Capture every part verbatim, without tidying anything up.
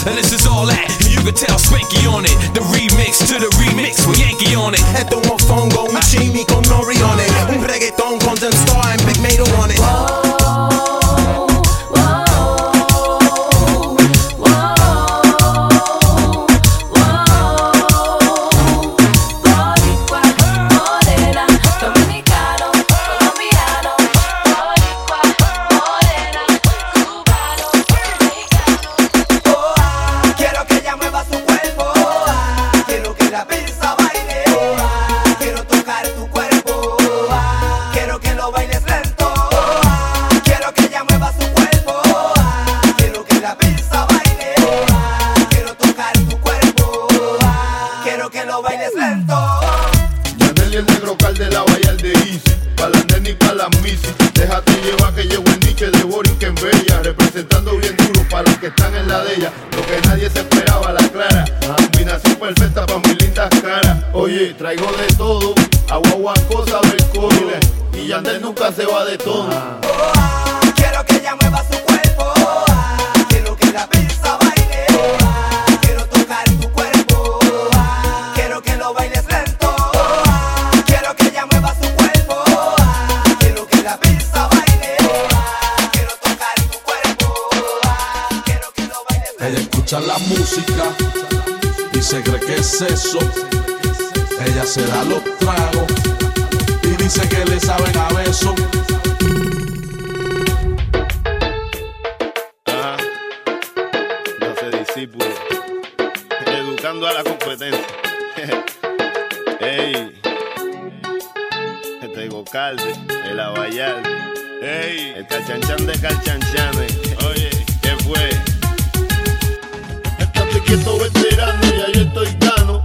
and this is all that. And you can tell Spanky on it. The remix to the remix with Yankee on it. Esto es un fongo, un chimi con Nori on it. Un reggaeton con Dem Star and Big Mato on it. Traigo de todo, agua, cosa del coro. Y Yandel nunca se va de todo. Oh, ah, quiero que ella mueva su cuerpo. Oh, ah, quiero que la pista baile. Oh, ah, quiero tocar tu cuerpo. Oh, ah, quiero que lo bailes lento. Oh, ah, quiero que ella mueva su cuerpo. Oh, ah, quiero que la pista baile. Oh, ah, quiero tocar tu cuerpo. Oh, ah, quiero que lo bailes lento. Ella escucha la música y se cree que es eso. Ella se da los tragos y dice que le saben a beso. Ajá, doce discípulos, educando a la competencia. Ey, te digo Calde, el Abayal. Ey, el Calchanchan de Calchanchanes. Oye, ¿qué fue? Estate quieto, veterano, ya yo estoy gano.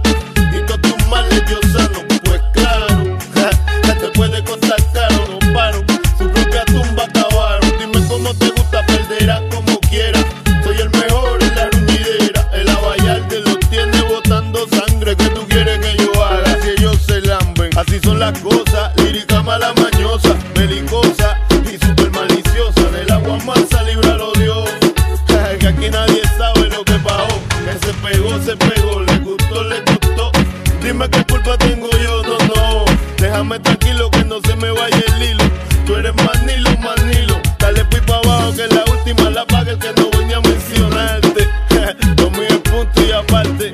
Yo sano, pues claro, ja, te puede costar caro, no paro, su propia tumba cavaron. Dime cómo te gusta, perderás como quieras. Soy el mejor en la ruñidera, el Abayalde los tiene botando sangre. ¿Qué tú quieres que yo haga si ellos se lamben? Así son las cosas, lírica mala mañosa, belicosa y super maliciosa. Del agua mansa líbralo Dios, ja, que aquí nadie sabe lo que pasó. Que se pegó, se pegó, le gustó, le gustó. Dime qué culpa tengo yo, no, no. Déjame tranquilo que no se me vaya el hilo. Tú eres manilo, manilo. Dale pues pa' abajo que la última la paga el que no venía a mencionarte. Lo mío es punto y aparte.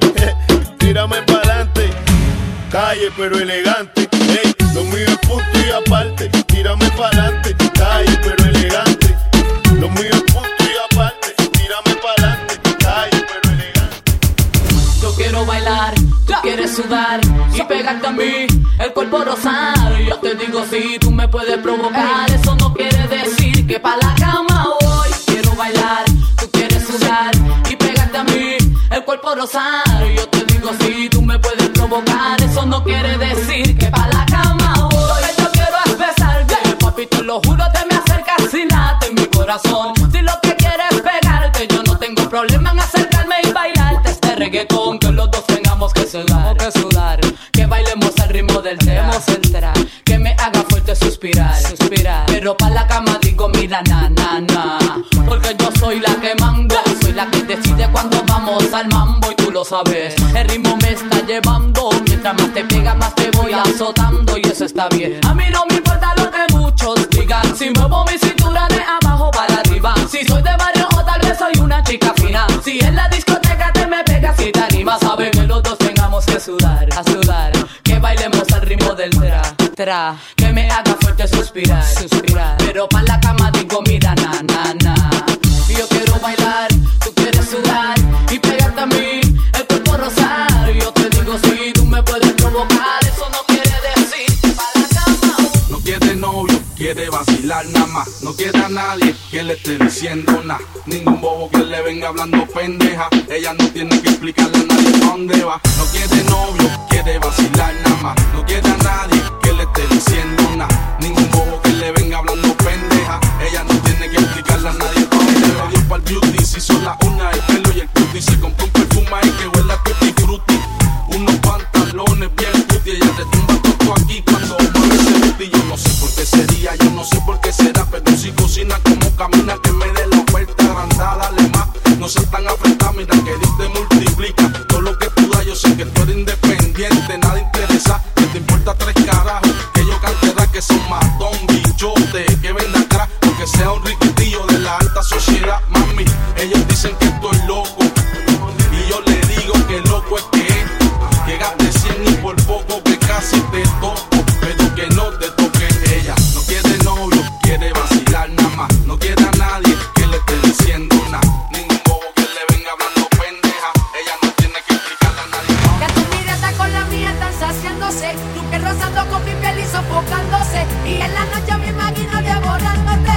Tírame pa'lante. Calle pero elegante. Ey, lo mío es punto y aparte. Tírame pa'lante. Calle pero elegante. Lo mío es punto y aparte. Tírame pa'lante. Calle pero elegante. Yo quiero bailar. Tú quieres sudar y pegarte a mí, el cuerpo rosado. Yo te digo si tú me puedes provocar. Eso no quiere decir que pa' la cama voy. Quiero bailar, tú quieres sudar y pegarte a mí, el cuerpo rosado. Yo te digo si tú me puedes provocar. Eso no quiere decir que pa' la cama voy. Lo que yo quiero es besarte, papi, te lo juro, te me acercas y late en mi corazón. Si lo que quieres es pegarte, yo no tengo problema en acercarme y bailarte este reggaetón. Que los dos tengamos que sudar, que sudar, que bailemos al ritmo del tema, que me haga fuerte suspirar, suspirar. Pero pa' la cama digo mira na na na, porque yo soy la que mando, soy la que decide cuando vamos al mambo y tú lo sabes. El ritmo me está llevando, mientras más te pega más te voy azotando y eso está bien. A mí no me importa lo que muchos digan, si muevo mi cintura de abajo para arriba, si soy de barrio o tal vez soy una chica fina. Si en la discoteca te me pegas y te animas, sabes que los dos tengamos que sudar, a sudar, que bailemos al ritmo del tra, tra, que me haga fuerte suspirar, suspirar. Pero pa' la cama digo mira na na na. Yo quiero bailar, tú quieres sudar y pegarte a mí, el cuerpo rosar. Yo te digo si tú me puedes provocar. Eso no quiere decir que pa' la cama. No quiere novio, quiere vacilar nada más. No quiere a nadie que le esté diciendo nada. Ningún bobo que le venga hablando pendeja. Ella no tiene que explicarle a nadie pa' dónde va. No quiere novio, quiere vacilar nada más. No quiere a nadie que le esté diciendo nada. Ningún bobo que le venga hablando pendeja. Ella no tiene que explicarle a nadie pa' dónde va. Le dio pa'l beauty, si son las una el pelo y el cutie. Se compró un perfume ahí que huele a tutti frutti. Unos pantalones bien cutie. Ella te tumba todo aquí cuando mueve ese booty. Yo no sé por qué sería, yo no sé por qué será, pero si cocina como camina que me dé la vuelta agrandada, dale más. No seas tan afectada, mira que mami, ellos dicen que estoy loco. Y yo le digo que loco es que es. Que gaste cien y por poco que casi te toco. Pero que no te toque ella. No quiere novio, quiere vacilar nada más. No quiere a nadie que le esté diciendo nada. Ningún bobo que le venga hablando pendeja. Ella no tiene que explicarle a nadie. Que tu mirada con la mía están saciándose. Tú que rozando con mi piel y sofocándose. Y en la noche me imagino devorándote.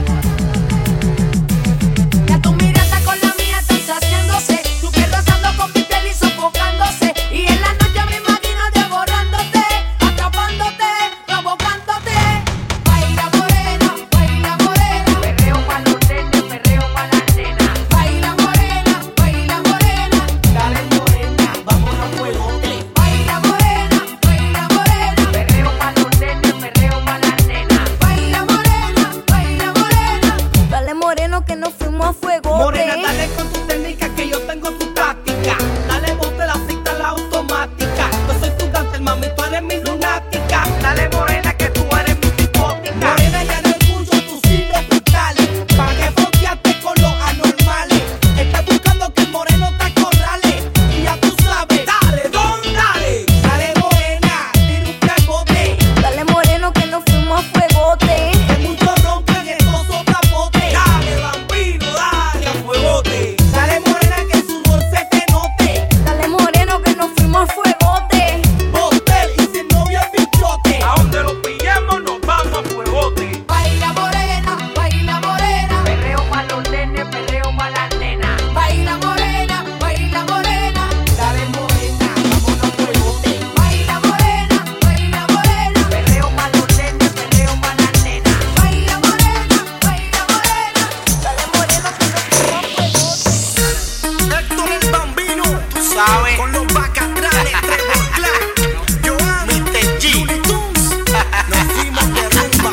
Que tu mirada con la mía están saciándose. Tú que rozando con mi piel y sofocándose. Y en la noche me imagino devorándote, atrapándote, provocándote. Baila morena, baila morena. Perreo pa' los nenes, perreo pa' las nenas. Baila morena, baila morena. Dale morena, vamos a fuegote. Baila morena, baila morena. Perreo pa' los nenes, perreo pa' las nenas. Baila morena, baila morena. Dale moreno que nos fuimos a fuego. Morena, dale con tu técnica que yo tengo tu táctica. Dale bote la cita, la automática. Yo soy tu cáncer, mami, tú eres mi lunática. Dale morena que tú eres mi psicótica. Morena, ya no escucho tus signos vitales. Pa' que fronteaste con los anormales. Estás buscando que el moreno te acorrale. Y ya tú sabes, dale, don, dale. Dale morena, tira un pegote. Dale moreno que nos fuimos a fuegote. Que muchos rompen estos soplapotes. Dale, bambino, dale a fuegote. Dale morena que su sudor se te note. Dale moreno que nos fuimos a fuegote. Motel y sin novia pichote. A donde lo pillemos nos vamos a fuegote. Baila morena, baila morena. Perreo pa' los nenes, perreo pa' las nenas. Baila morena, baila morena. Dale morena, vámonos a fuegote. Baila morena, baila morena. Perreo pa' los nenes, perreo pa' las nenas. Baila morena, baila morena. Dale moreno que nos fuimos a fuegote. Héctor el Bambino, tú sabes. Con los bacatrales, Trevor Black, Joan, mister G, Looney Tunes. Nos fuimos de rumba.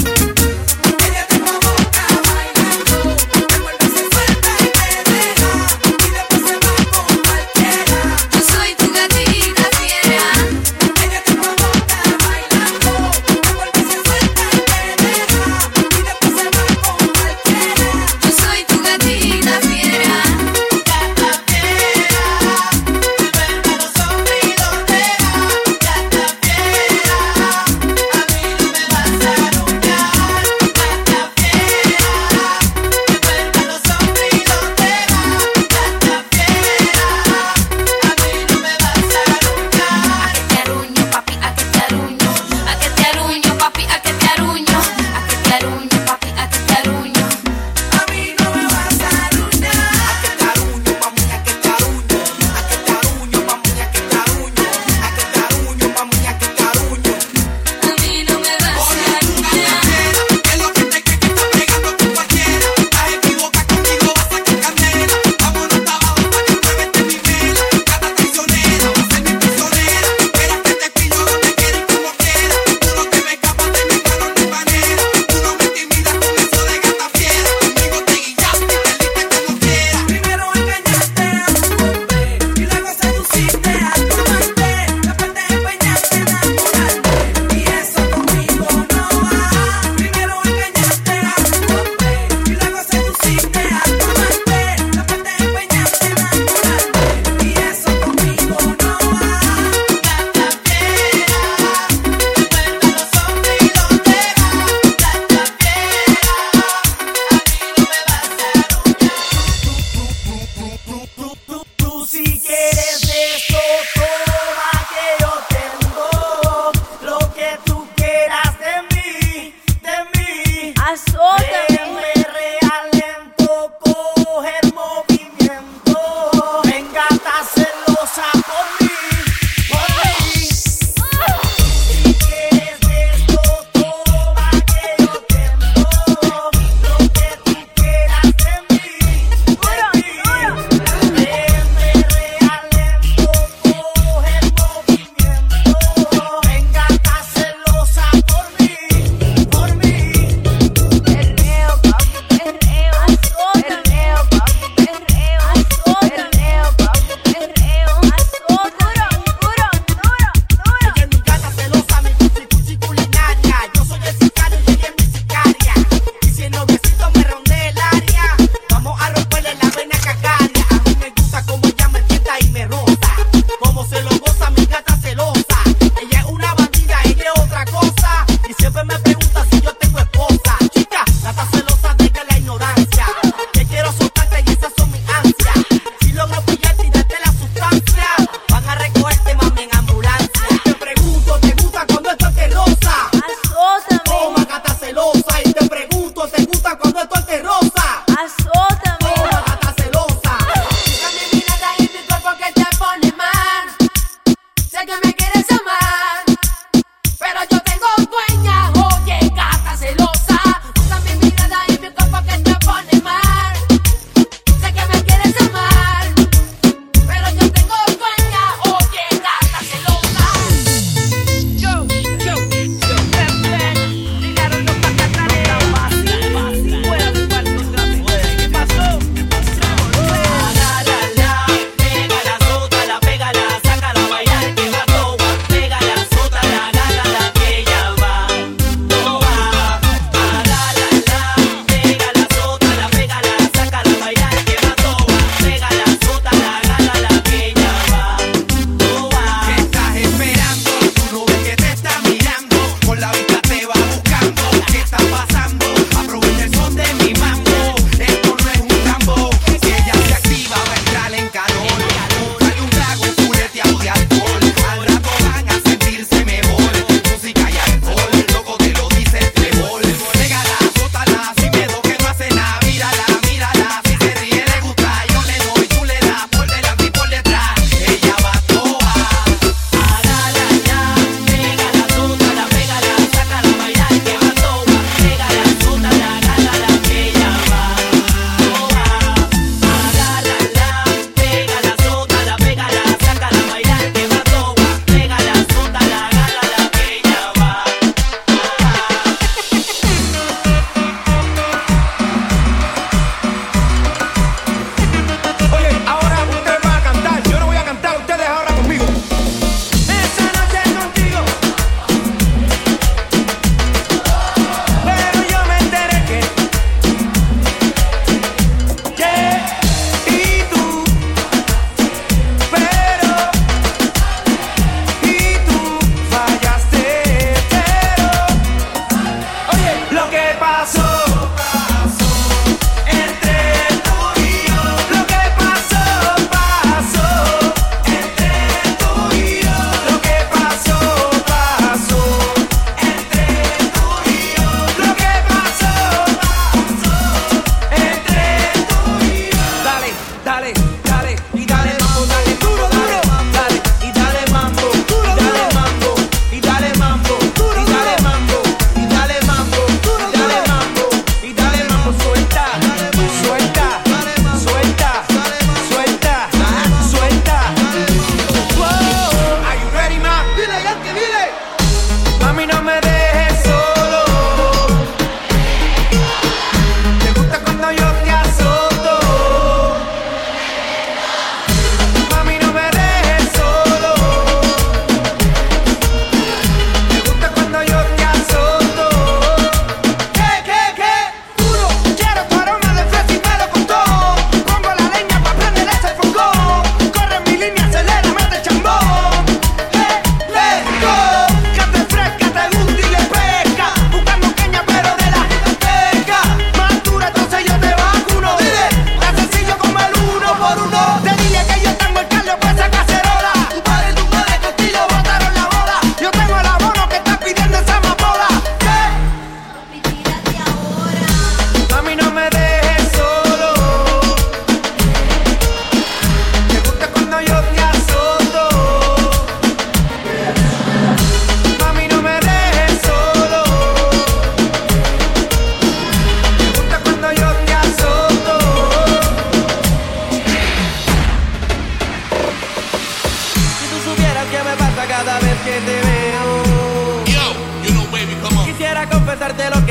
Ella te provoca bailando, te vuelve se suelta y te deja, y después se va con cualquiera. Yo soy tu gatita fiera. Ella te provoca bailando, te vuelve se suelta y te deja, y después se va con cualquiera. Yo soy tu gatita fiera. Gata fiera, vuelve los hombres y los deja. Gata fiera, a mí no me vas a arrullar. Gata fiera, vuelve los hombres y los deja. Gata fiera, a mí no me vas a arrullar. A que te aruño, papi, a que te aruño. A que te aruño, papi, a que te aruño. A que te aruño, papi, a que te aruño. A mí no me vas a arruinar. A que te aruño, mami, a que te aruño. A que te aruño, mami, a que te aruño. A que te aruño, mami, a que te aruño. A mí no me vas a arruñar. ¿Qué es lo que te crees que está pegando con cualquiera? Estás equivocada conmigo, vas a sacar candela. Vámonos hasta abajo pa' que pruebes mi vela. Gata traicionera, va a ser mi prisionera. Esperas que te pillo donde quiera y como quiera. Tú no te me escapas de mi mano ni manera. Tú no me intimidas con eso de gata fiera. Conmigo te guillaste y perdiste como quiera. Primero engañaste a tu hombre y luego seduciste a tu amante. Después te empeñaste en enamorarte y eso conmigo no va. Primero engañaste a tu hombre y luego seduciste a tu amante. Después te empeñaste en enamorarte y eso conmigo no va. Gata fiera, vuelve los hombres y los deja. Gata fiera, a mí no me vas a arrullar. Tú si quieres esto, toma que yo tengo lo que tú quieras de mí, de mí. Azótame. Déjame realento coger movimiento. Venga, está celosa por mí, por mí. Si quieres esto, toma que yo tengo lo que tú quieras de mí, de mí. Déjame realento coger movimiento. Venga, está celosa por mí, por mí. Perreo, papi, perreo. Azótame. Perreo, papi,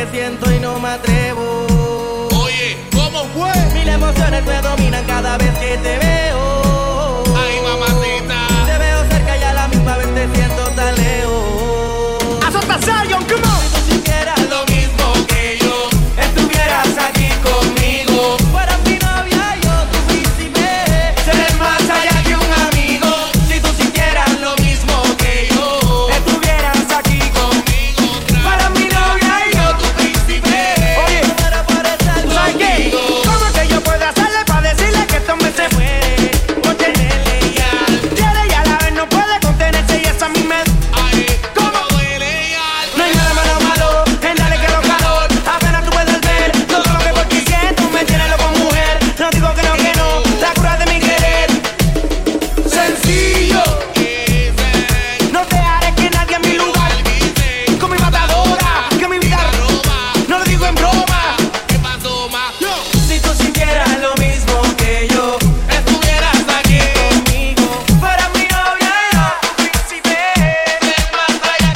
te siento y no me atrevo. Oye, ¿cómo fue? Mil emociones me dominan cada vez que te veo. Ay, mamacita. Te veo cerca y a la misma vez te siento tan lejos. Azota Zion, come on. Si tú sintieras Lo mismo que yo, estuvieras aquí conmigo, fueras mi novia, yo tu príncipe, Ser más allá que un amigo. si tú sintieras lo mismo que yo, Estuvieras aquí conmigo otra para mi novia y yo tu príncipe. Oye, para por estar ¿tú sabes qué? conmigo. ¿Cómo que yo puedo hacerle para decirle que este hombre se muere por tenerle leal? Quiere y a la vez no puede contenerse y eso a mí me... Ay, ¿Cómo? no duele ya. No hay nada malo, malo, en dale que lo calor. Apenas tú puedes ver todo lo que por ti siento. Me tiene loco mujer, no digo que no, que no. La cura de mi querer, sencillo. No te haré que nadie en mi lugar con mi matadora, que mi vida Roba, no lo digo en broma. ¿qué pasó, ma? Si tú sintieras lo mismo que yo, Estuvieras aquí conmigo, fueras mi novia y yo tu príncipe. más allá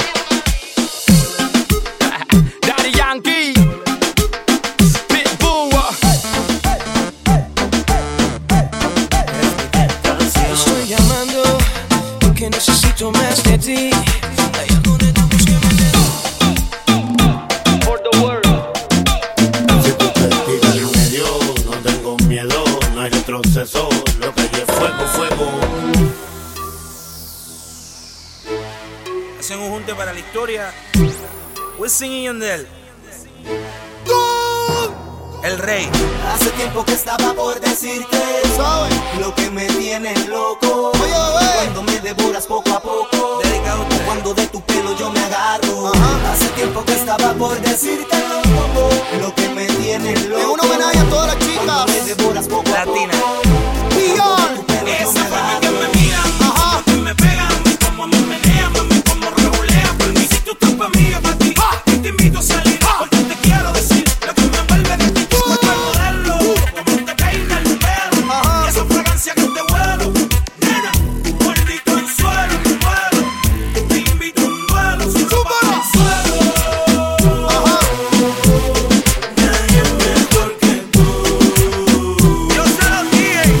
que Daddy Yankee, Pitbull. Estoy llamando porque necesito más de ti. Hay algo de tu voz que me Si tú te tiras en medio, no tengo miedo, no hay retroceso. Lo que hay es fuego, fuego. Hacen un junte para la historia. Wisin y Yandel. El rey. Hace tiempo que estaba por decirte lo que me tiene loco. Cuando me devoras poco a poco, Dedicado a usted. cuando de tu pelo yo me agarro. Hace tiempo que estaba por decirte loco, lo que me tiene loco. Es un homenaje a todas las chicas. Cuando me devoras poco a poco, Latina. Millón. tu pelo yo me Esa forma que agarro. me miran, Ajá. que me pegan, como me menean, mami, como regulean. Por mí, si tú estás pa' mí, yo pa' ti. Y te invito a salir, porque te quiero decir lo que me envuelve de ti. Tu cuerpo es modelo, como te peina el pelo. Ajá. Y esa fragancia que te huelo. Nena, muertito en suelo, te muero. Te invito a un duelo, sin ropa en el suelo. Ajá. Nadie mejor que tú. Yo se lo dije.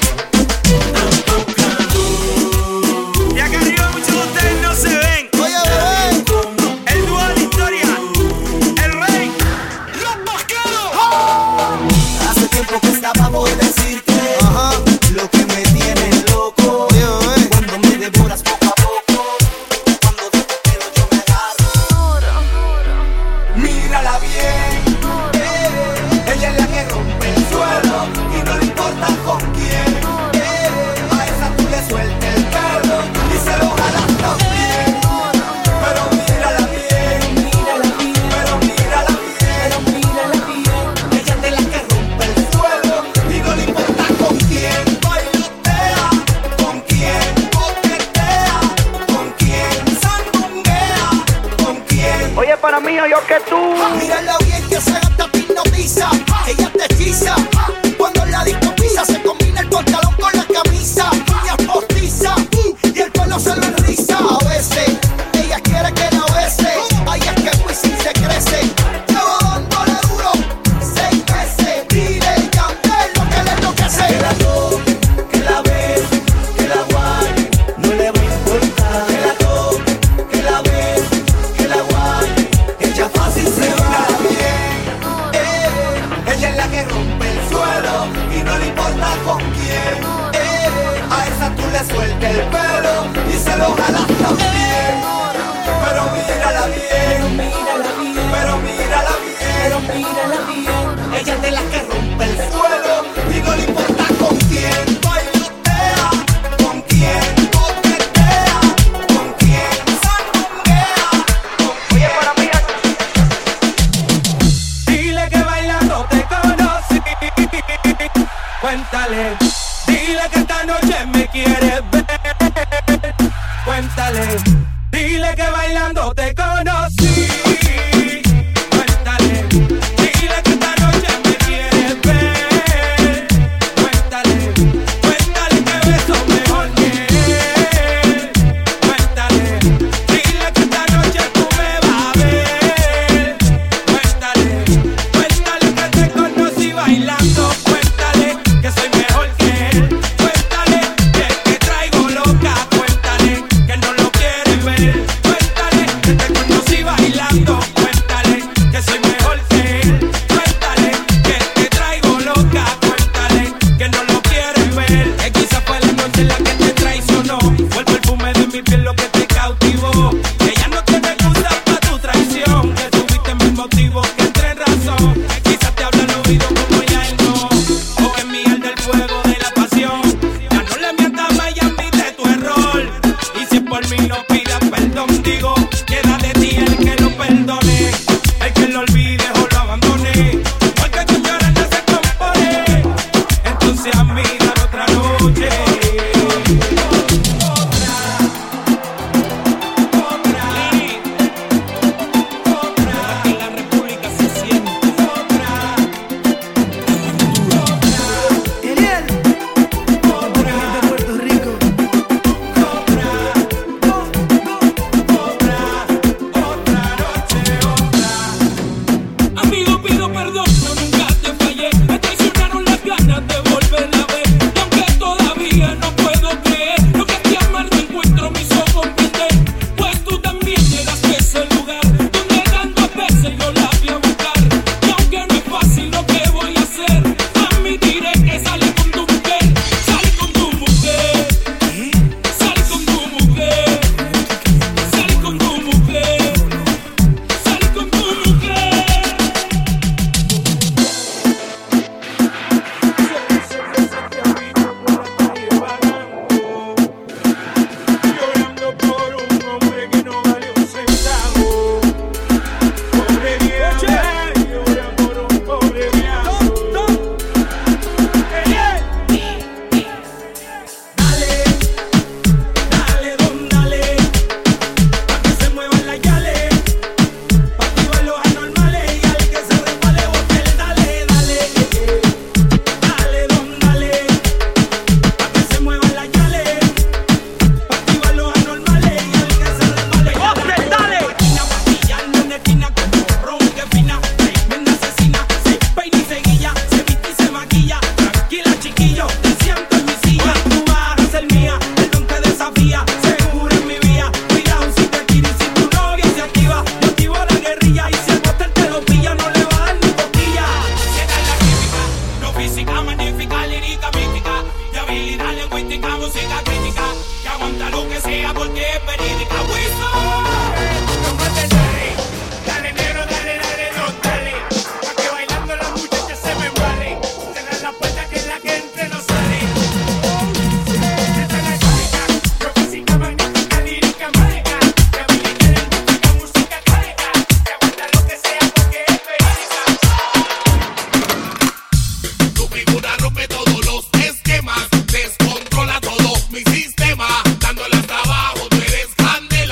Y acá arriba muchos de ustedes no se ven. Oye, bebé. El dúo de la historia, el rey, los vaqueros. Hace tiempo que estaba por decirte Ajá. lo que me tiene loco. Oye, bebé. Cuando me devoras poco a poco, cuando de tu pelo yo me agarro. Mírala bien, eh, ella es la que rompe el suelo y no le importa con quién. eh, A esa tú le sueltas el pelo y se lo jalas también. Pero mírala bien, mírala bien, pero mírala bien, pero mírala bien. Ella es de la que rompe el suelo y no le importa con quién. Bailotea, con quién coquetea, con quién sandunguea, con quién. Oye, para mí, yo que tú. Mírala bien que se gasta hipnotiza. Ella te hechiza. Cuando la disco pisa, se combina el pantalón con la camisa. Uñas postiza y el pelo se lo enriza. A veces ella quiere que la bese. Ahí es que Wisin se crece. Llevo dándole duro seis meses. Mire y cante lo que le enloquece. Que la toque, que la bese, que la guaye, no le va a importar. Que la toque, que la bese, que la guaye, ella fácil se va bien. Eh, ella es la que rompe el suelo y no le importa con quién. Eh, a esa tú le sueltas el pelo y se lo jalas también. Pero mírala bien, mírala bien, pero mírala bien, pero mírala bien. Ella es de las que rompe el suelo y no le importa con quién. Bailotea, con quién coquetea, con quién sandunguea, con quién. Para mí, Dile que bailando te conocí. Cuéntale, dile que esta noche me quieres ver. Cuéntale, dile que bailando te conocí. Cuéntale, dile que esta noche me quieres ver. Cuéntale, cuéntale que beso mejor que él. Cuéntale, dile que esta noche tú me vas a ver. Cuéntale. fuego de la pasión. Ya no le mientas más y admite tu error. Y si por mí no pidas perdón, digo, queda de ti el que lo perdone, el que lo olvide o lo abandone. Porque tu llorar no se compone. Entonces a mí dar otra noche. Amigo, pido perdón, yo nunca te fallé. Me traicionaron las ganas de volver a ver. Y aunque todavía no puedo creer lo que te amar no encuentro mis ojos comprender. Pues tú también llegaste a ese lugar donde tantas veces yo la fui a buscar. Y aunque no es fácil lo que voy a hacer, admitiré que salí con tu mujer. Salí con tu mujer. Salí con tu mujer. Salí con tu mujer. Salí con tu mujer. Llorando por un hombre que no vale un centavo. Pobre viejo, llora por un pobre viejo. Dale, dale, don, dale, pa' que se muevan las yales, pa' activar los anormales y al que se resbale bote el dale, dale, dale, don, dale, pa' que se muevan las yales, pa' activar los anormales y al que se resbale bote el dale. Máquina maquillando en esquina como ron que fina, tremenda asesina, se peina y se guilla, se viste y se maquilla. Tranquila chiquillo, te siento en mi silla. Tú vas a ser mía, el don te desafía, seguro en mi vía. Cuidado si te tira y si tu novia se activa, yo activo la guerrilla y si el botel te lo pilla no le va a dar ni cosquilla. Sienta la química, no física, magnífica, lírica, mística, de habilidad lingüística, música crítica, que aguanta lo que sea porque es verídica. Dale negro, dale, dale, no, dale, pa' que bailando las muchachas se me embalen. Cerrar la puerta que la que entre no sale. Sienta la química, no física, magnífica, lírica, mágica, de habilidad lingüística, música crítica, que aguanta lo que sea porque es verídica. Tu figura rompe todos los esquemas, descontrola todo mi sistema, dándole hasta abajo, tú eres candela.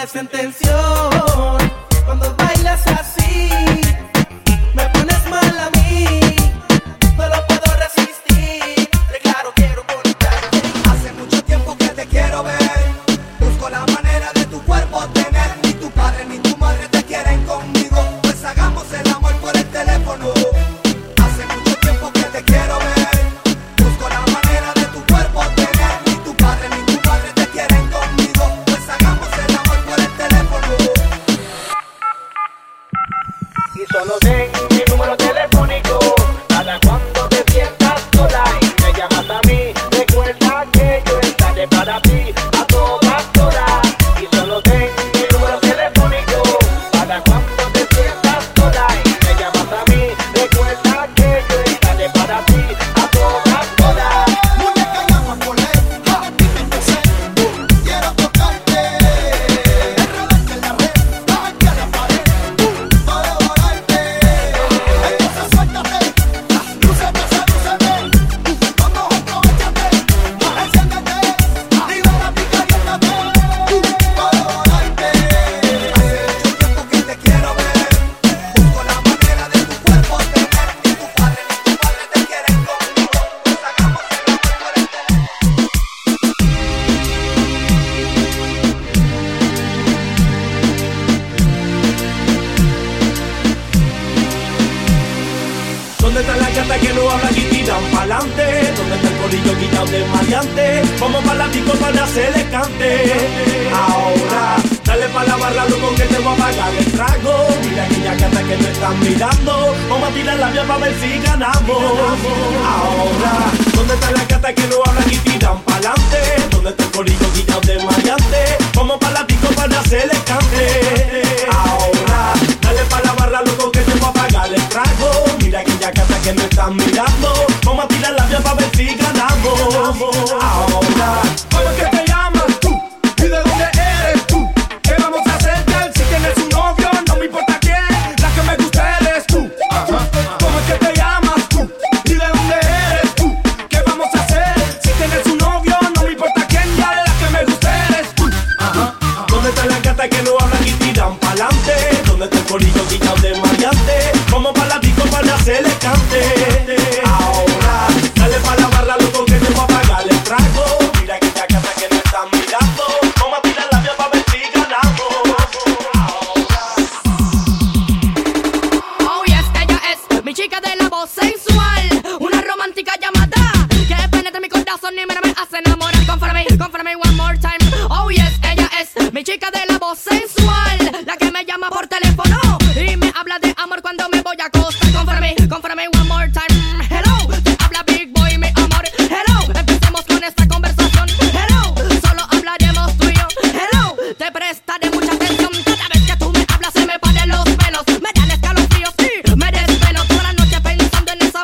esa intención. Cuando bailas así, me pones mal a mí. No lo puedo resistir. Claro, quiero conectarte. Hace mucho tiempo que te quiero ver. Busco la manera de tu cuerpo tener. Ni tu padre ni tu madre te quieren conmigo. Pues hagamos el amor por el teléfono. Hace mucho tiempo que te quiero ver. Busco la manera de tu cuerpo tener. Ni tu padre ni tu madre te quieren conmigo. Pues hagamos el amor por el teléfono. Y solo ten mi número telefónico. Para cuando te sientas sola y me llamas a mí, recuerda que yo estaré para ti a todas horas. Y solo ten mi número telefónico. Para cuando te sientas sola y me llamas a mí, recuerda que yo estaré para ti a todas horas. Muñeca, llama por él, a ti me empecé. Uh, quiero tocarte, enredarte en la red, bajarte a la pared, uh, para devorarte. Entonces suéltate, lúcete, sedúceme, uh, vamos, aprovechate, enciéndete, y ven a ti, caliéntate, uh, para devorarte. Hace mucho tiempo que te quiero ver. Busco la manera de tu cuerpo tener. Ni tu padre ni tu madre te quieren conmigo. Pues hagamos el amor por el teléfono. ¿Dónde está la gata que no habla y tiran pa'lante? ¿Dónde está el corillo quitado de maleante? Vamos pa' la disco para hacerle cante. Ahora, dale pa' la barra, loco, que te voy a pagar el trago. Mira aquella gata que me están mirando. Vamos a tirar la vía pa' ver si ganamos. Ahora, ¿dónde está la gata que no habla y tiran pa'lante? ¿Dónde está el corillo quitado de maleante? Vamos pa' la disco para hacerle cante. Ahora, dale pa' la barra, loco, que te voy a pagar el trago. Mira aquella gata que me están mirando. Vamos a tirar la vía pa' ver si ganamos. Ahora, ¿cómo es que te llamas tú? ¿Y de dónde eres tú? ¿Qué vamos a hacer, girl? Si tienes un novio, no me importa quién. La que me gusta eres tú. ¿Cómo es que te llamas tú? ¿Y de dónde eres tú? ¿Qué vamos a hacer? Si tienes un novio, no me importa quién. Ya la que me gusta eres tú. ¿Dónde está la gata que no hablan y tiran pa'lante? ¿Dónde está el corillo quitado de maleante? Vamos pa' la disco para hacerle cante. Ahora, dale pa' la barra, loco, que te voy a pagar el trago. Mira aquella gata que me están mirando. Vamos a tirar la vía pa' ver si ganamos. Oh yes, ella es mi chica de la voz sensual, una romántica llamada que penetra mi corazón y me, me hace enamorar. Confórame, confórame one more time. Oh yes, ella es mi chica de la voz sensual, la que me llama por teléfono y me habla de amor cuando me voy a acostar. Confórame, confórame one more time. Hello, te habla Big Boy, mi amor. Hello, empecemos con esta conversación. Hello, solo hablaremos tú y yo. Hello, te prestaré mucha atención. Cada vez que tú me hablas se me paran los pelos, me dan escalofríos y me desvelo toda la noche pensando en esa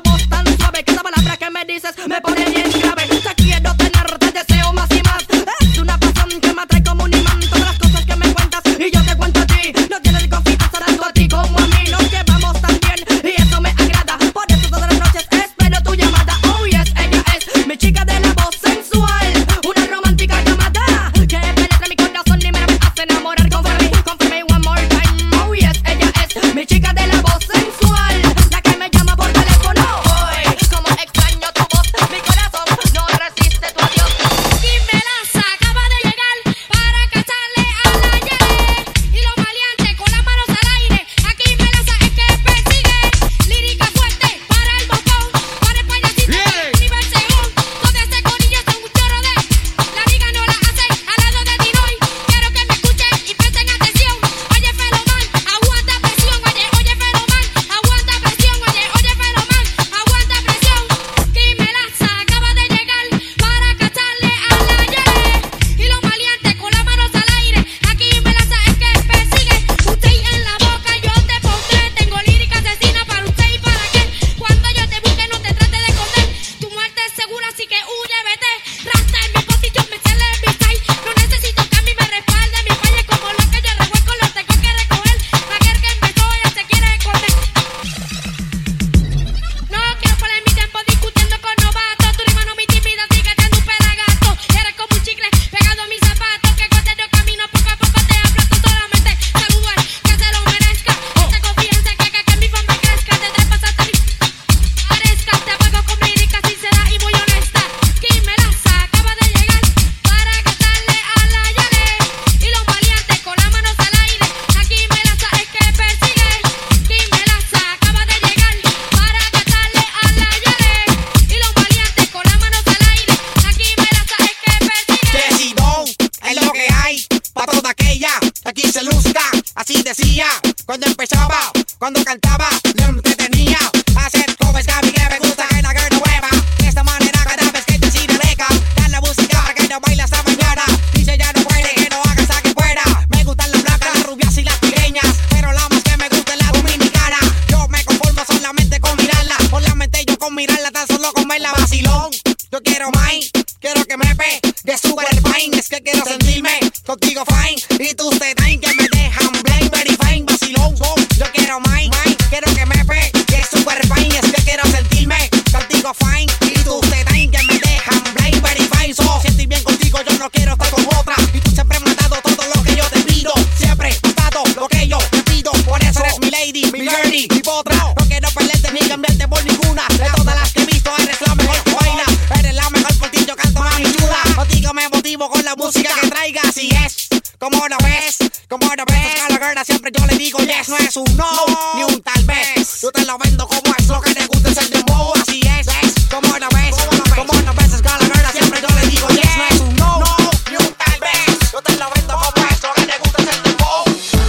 Cuando cantaba, le entretenía. Hacer covers que a mí que me gusta que la girl no mueva. De esta manera cada vez que te sigue leca. Dan la música para que no baile hasta mañana. Dice ya no puede, que no haga hasta que pueda. Me gustan las blancas, las rubias y las trigueñas. Pero la más que me gusta es la dominicana. Yo me conformo solamente con mirarla. Solamente yo con mirarla, tan solo con verla vacilón. Yo quiero más, quiero que me pe de super fine. Es que quiero sentirme contigo fine. Y tú te traen que me dejan blind, very fine, vacilón. Yo quiero más, quiero que me pe de super fine. Es que quiero sentirme contigo fine. Y tú te traen que me dejan blind, very fine. So, si estoy bien contigo, yo no quiero estar con otra. Y tú siempre me has dado todo lo que yo te pido. Siempre has dado lo que yo te pido. Por eso eres mi lady, mi girlie, mi potra. No quiero perderte ni cambiarte por ninguna. De todas las que he visto, eres la mejor que baila. Eres la mejor por ti, yo canto más y chula. Contigo me motivo con la música que traiga. Si es como lo ves, como lo ves. A la girl siempre yo le digo yes. No es un no, ni un tal vez. Yo te lo vendo como es lo que te gusta, es el dembow. Así es, como lo ves, como lo ves. Es que a la girl siempre yo le digo yes. No es un no, ni un tal vez. Yo te lo vendo como es lo que te gusta, es el dembow.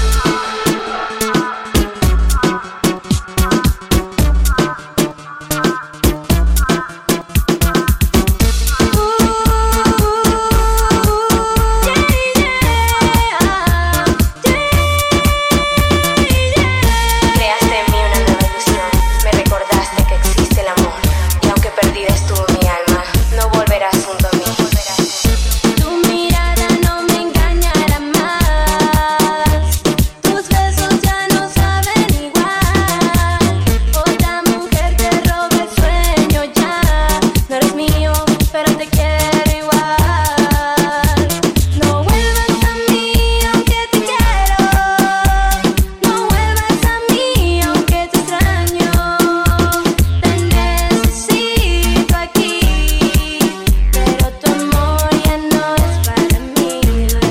Creaste en mí una nueva ilusión, me recordaste que existe el amor, y aunque perdida estuvo mi alma, no volverás junto a mí. Tu mirada no me engañará más, tus besos ya no saben igual. Otra mujer te roba el sueño ya, no eres mío, pero te quiero igual. No vuelvas a mí aunque te quiero, no vuelvas a mí aunque te extraño. Te necesito aquí, pero tu amor ya no es para mí.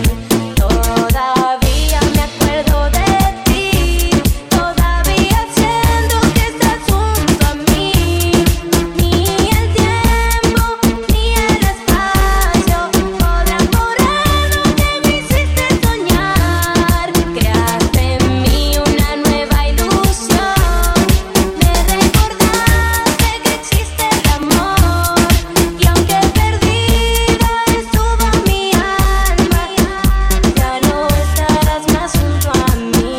Todavía me acuerdo de ti, todavía siento que estás junto a mí. Ni el tiempo ni el espacio podrán borrar lo que me hiciste soñar. Creaste en mí una nueva ilusión, me recordaste que existe el amor, y aunque perdida estuvo mi alma, ya no estarás más junto a mí.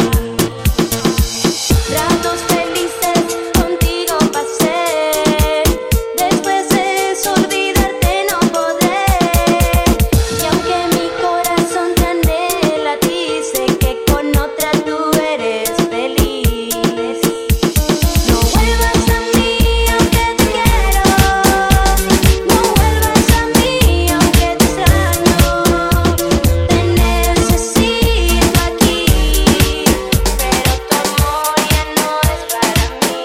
Ratos felices contigo pasé, después de eso olvidarte no podré. Y aunque mi corazón te anhela, dice que con otra tú eres feliz. No vuelvas a mí aunque te quiero, no vuelvas a mí aunque te extraño. Te necesito aquí, pero tu amor ya no es para mí.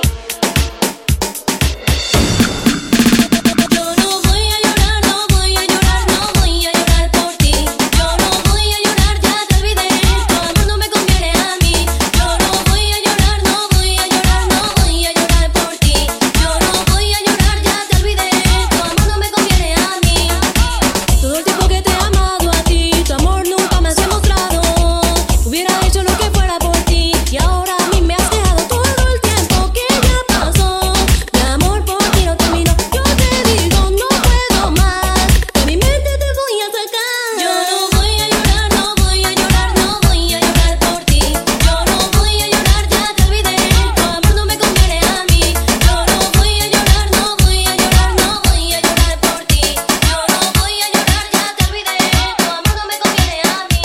Yo no voy a llorar, no voy a llorar, no voy a llorar por ti. Yo no voy a llorar, ya te olvidé, tu amor no me conviene a mí. Yo no voy a llorar, no voy a llorar, no voy a llorar por ti. Yo no voy a llorar, ya te olvidé, tu amor no me conviene a mí. Todo el tiempo que te he amado a ti, tu amor nunca me has demostrado. Hubiera hecho lo que fuera por ti, y ahora a mí me has dejado todo el tiempo que ya pasó. Mi amor por ti no terminó, yo te digo no puedo más, de mi mente te voy a sacar. Yo no voy a llorar, no voy a llorar, no voy a llorar por ti. Yo no voy a llorar, ya te olvidé, tu amor no me conviene a mí. Yo no voy a llorar, no voy a llorar, no voy a llorar por ti. Yo no voy a llorar, ya te olvidé, tu amor no me conviene a mí.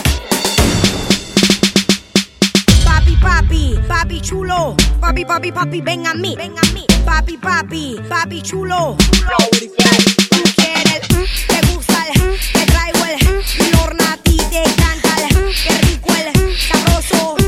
Papi, papi, papi chulo. Papi, papi, papi, ven a mí, ven a mí. Papi, papi, papi chulo. Tú quieres el, mm, te gusta el, mm, te traigo el, mm, Lorna a ti te encanta el, mm, qué rico el, mm, sabroso.